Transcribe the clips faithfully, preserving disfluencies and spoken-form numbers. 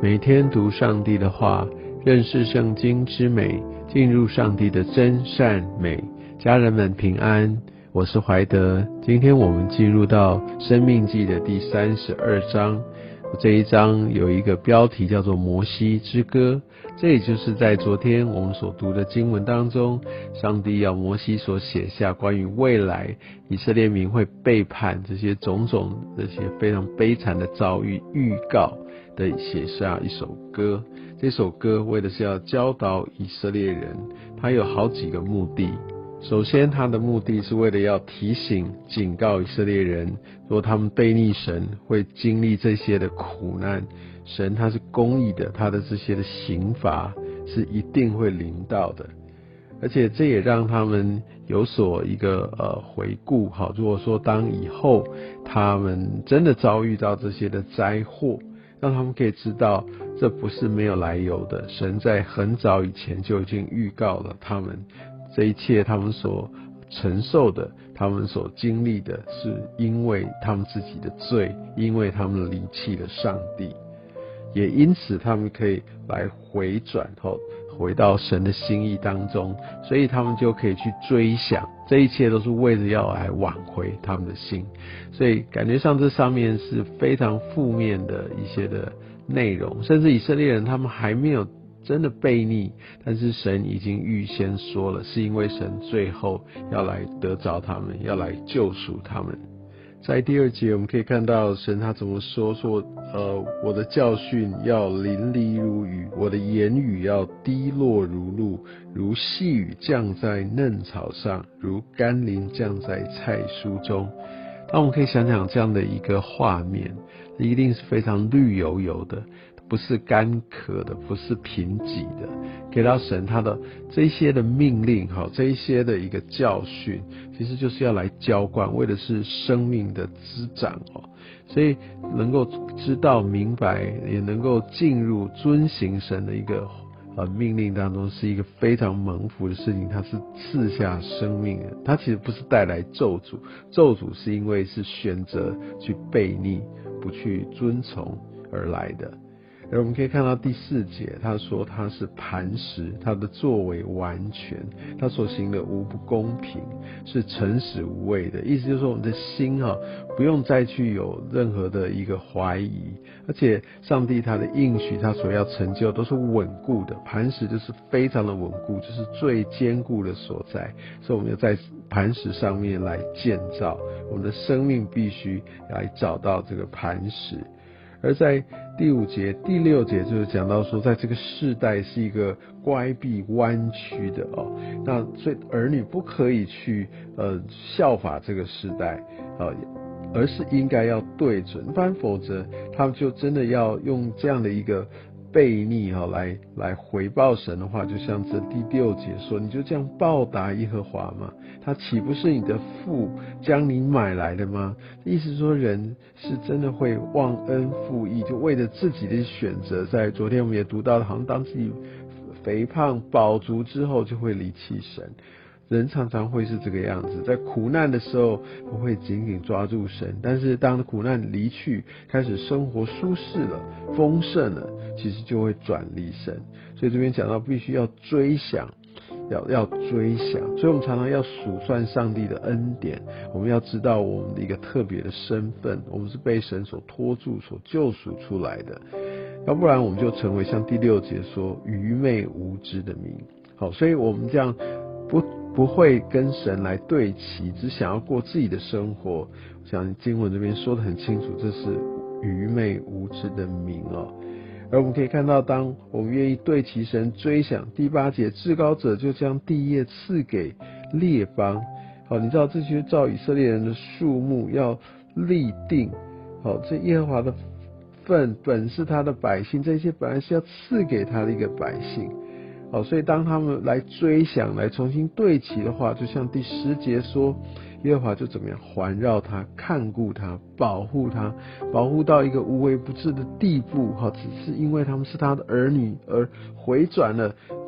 每天读上帝的话，认识圣经之美，进入上帝的真善美。家人们平安，我是怀德。今天我们进入到生命记的第三十二章，这一章有一个标题叫做摩西之歌。这也就是在昨天我们所读的经文当中，上帝要摩西所写下关于未来以色列民会背叛这些种种这些非常悲惨的遭遇预告的写下一首歌。这首歌为的是要教导以色列人，它有好几个目的。首先，它的目的是为了要提醒警告以色列人，如果他们背逆神，会经历这些的苦难。神他是公义的，他的这些的刑罚是一定会临到的，而且这也让他们有所一个呃回顾。好，如果说当以后他们真的遭遇到这些的灾祸，让他们可以知道这不是没有来由的，神在很早以前就已经预告了他们，这一切他们所承受的，他们所经历的，是因为他们自己的罪，因为他们离弃了上帝，也因此他们可以来回转后回到神的心意当中，所以他们就可以去追想，这一切都是为了要来挽回他们的心。所以感觉上这上面是非常负面的一些的内容，甚至以色列人他们还没有真的悖逆，但是神已经预先说了，是因为神最后要来得着他们，要来救赎他们。在第二节我们可以看到神他怎么说，说呃，我的教训要淋漓如雨，我的言语要滴落如露，如细雨降在嫩草上，如甘霖降在菜蔬中。那我们可以想想这样的一个画面，一定是非常绿油油的，不是干渴的，不是贫瘠的，给到神他的这一些的命令，这一些的一个教训，其实就是要来浇灌，为的是生命的滋长。所以能够知道明白，也能够进入遵行神的一个呃命令当中，是一个非常蒙福的事情。它是赐下生命的，它其实不是带来咒诅，咒诅是因为是选择去悖逆，不去遵从而来的。而我们可以看到第四节，他说他是磐石，他的作为完全，他所行的无不公平，是诚实无畏的。意思就是说，我们的心哈、啊，不用再去有任何的一个怀疑，而且上帝他的应许，他所要成就都是稳固的。磐石就是非常的稳固，就是最坚固的所在。所以我们要在磐石上面来建造，我们的生命必须来找到这个磐石。而在第五节、第六节就是讲到说，在这个世代是一个乖僻弯曲的哦，那所以儿女不可以去呃效法这个世代啊、呃，而是应该要对准，不然否则他们就真的要用这样的一个悖逆哈、哦、来来回报神的话，就像这第六节说，你就这样报答耶和华吗？他岂不是你的父将你买来的吗？意思说，人是真的会忘恩负义，就为了自己的选择，在昨天我们也读到，好像当自己肥胖饱足之后，就会离弃神。人常常会是这个样子，在苦难的时候不会紧紧抓住神，但是当苦难离去，开始生活舒适了、丰盛了，其实就会转离神。所以这边讲到必须要追想，要要追想，所以我们常常要数算上帝的恩典，我们要知道我们的一个特别的身份，我们是被神所托住、所救赎出来的，要不然我们就成为像第六节说愚昧无知的民。好，所以我们这样不不会跟神来对齐，只想要过自己的生活。我想经文这边说得很清楚，这是愚昧无知的民哦。而我们可以看到，当我们愿意对齐神追想，第八节，至高者就将地业赐给列邦。好，你知道这些照以色列人的数目要立定。好，这耶和华的份本是他的百姓，这些本来是要赐给他的一个百姓。好，所以当他们来追想、来重新对齐的话，就像第十节说，耶和华就怎么样环绕他、看顾他、保护他，保护到一个无微不至的地步。好，只是因为他们是他的儿女而回转了，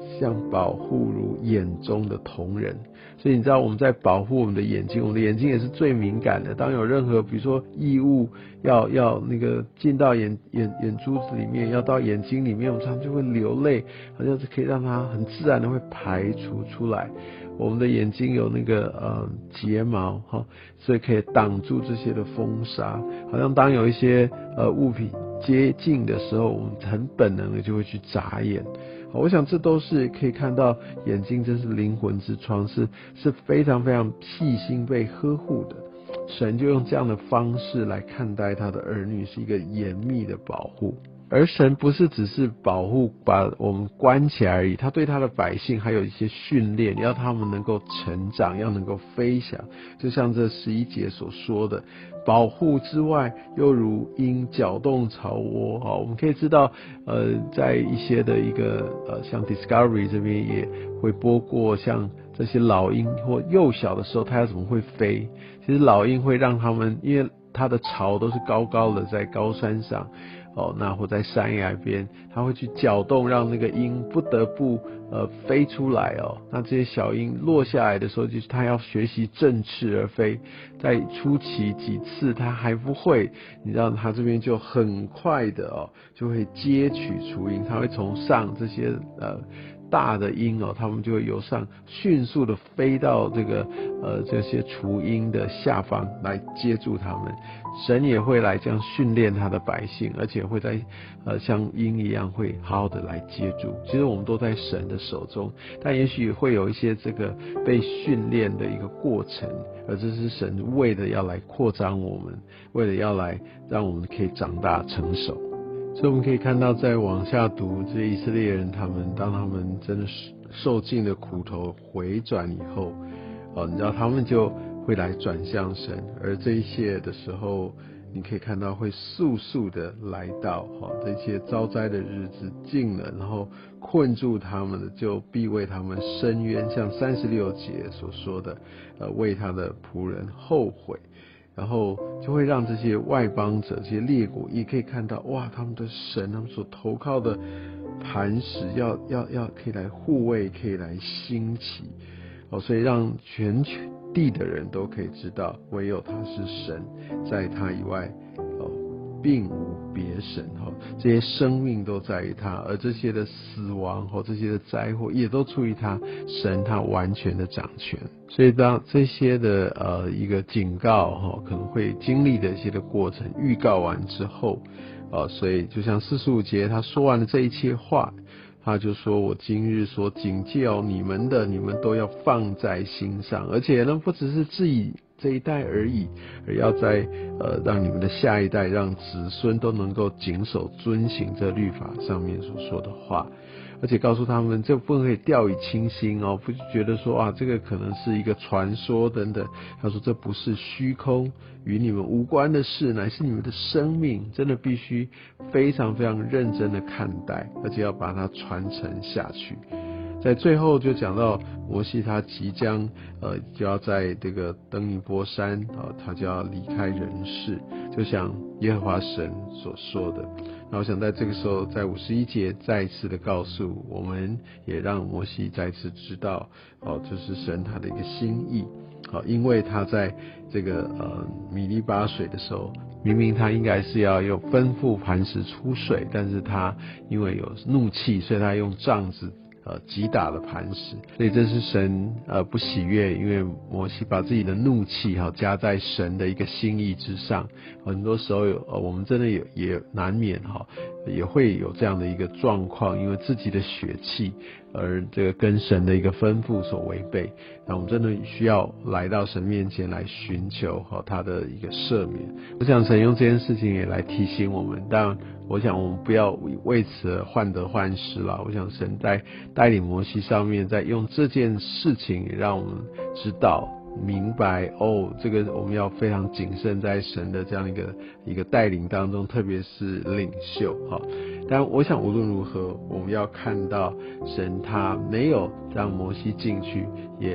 像保护如眼中的瞳人。所以你知道我们在保护我们的眼睛，我们的眼睛也是最敏感的。当有任何比如说异物要要那个进到眼眼眼珠子里面，要到眼睛里面，我们常常就会流泪，好像是可以让它很自然的会排除出来。我们的眼睛有那个呃睫毛哈，所以可以挡住这些的风沙。好像当有一些呃物品接近的时候，我们很本能的就会去眨眼。好，我想这都是可以看到眼睛真是灵魂之窗，是是非常非常细心被呵护的。神就用这样的方式来看待他的儿女，是一个严密的保护。而神不是只是保护把我们关起来而已，他对他的百姓还有一些训练，要他们能够成长，要能够飞翔。就像这十一节所说的，保护之外又如鹰搅动巢窝。我们可以知道呃，在一些的一个呃，像 Discovery 这边也会播过，像这些老鹰或幼小的时候它要怎么会飞。其实老鹰会让他们，因为它的巢都是高高的在高山上哦，那或在山崖边，它会去搅动，让那个鹰不得不呃飞出来哦。那这些小鹰落下来的时候，就是它要学习振翅而飞。在初期几次它还不会，你知道它这边就很快的哦，就会接取雏鹰，它会从上这些呃。大的鹰哦，它们就会由上迅速的飞到这个呃这些雏鹰的下方来接住它们。神也会来这样训练他的百姓，而且会在呃像鹰一样会好好的来接住。其实我们都在神的手中，但也许会有一些这个被训练的一个过程，而这是神为了要来扩张我们，为了要来让我们可以长大成熟。所以我们可以看到，在往下读，这以色列人他们当他们真的受尽了苦头回转以后，哦，你知道他们就会来转向神，而这一切的时候，你可以看到会速速的来到，哈、哦，这些遭灾的日子近了，然后困住他们的就必为他们伸冤，像三十六节所说的，呃，为他的仆人后悔。然后就会让这些外邦者、这些列国也可以看到，哇，他们的神，他们所投靠的磐石，要要要可以来护卫，可以来兴起，哦，所以让全地的人都可以知道，唯有他是神，在他以外，哦，并无别神，哈，这些生命都在于他，而这些的死亡和这些的灾祸也都出于他，神他完全的掌权。所以当这些的呃一个警告哈，可能会经历的一些的过程预告完之后，呃，所以就像四十五节他说完了这一切话，他就说，我今日所警戒你们的，你们都要放在心上，而且呢，不只是自己这一代而已，而要在呃让你们的下一代，让子孙都能够谨守遵行这律法上面所说的话。而且告诉他们，这不可以掉以轻心哦，不觉得说啊，这个可能是一个传说等等。他说这不是虚空，与你们无关的事，乃是你们的生命，真的必须非常非常认真的看待，而且要把它传承下去。在最后就讲到摩西他即将呃就要在这个登尼波山啊、呃，他就要离开人世，就像耶和华神所说的。那我想在这个时候，在五十一节再一次的告诉我们，也让摩西再次知道哦，这是神他的一个心意。好，因为他在这个呃米利巴水的时候，明明他应该是要用吩咐磐石出水，但是他因为有怒气，所以他用杖子呃击打了磐石，所以这是神呃不喜悦，因为摩西把自己的怒气哈、呃、加在神的一个心意之上。很多时候有呃我们真的有也难免哈、呃、也会有这样的一个状况，因为自己的血气而这个跟神的一个吩咐所违背，那我们真的需要来到神面前来寻求哈、呃、他的一个赦免。我想神用这件事情也来提醒我们，但我想我们不要为此患得患失啦。我想神在带领摩西上面，在用这件事情也让我们知道明白哦，这个我们要非常谨慎在神的这样一个一个带领当中，特别是领袖哈。但我想无论如何，我们要看到神他没有让摩西进去，也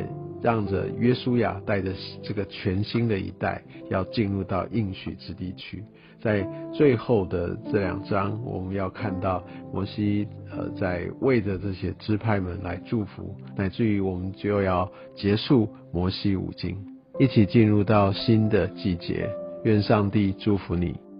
让着约书亚带着这个全新的一代要进入到应许之地去。在最后的这两章，我们要看到摩西呃在为着这些支派们来祝福，乃至于我们就要结束摩西五经，一起进入到新的季节。愿上帝祝福你。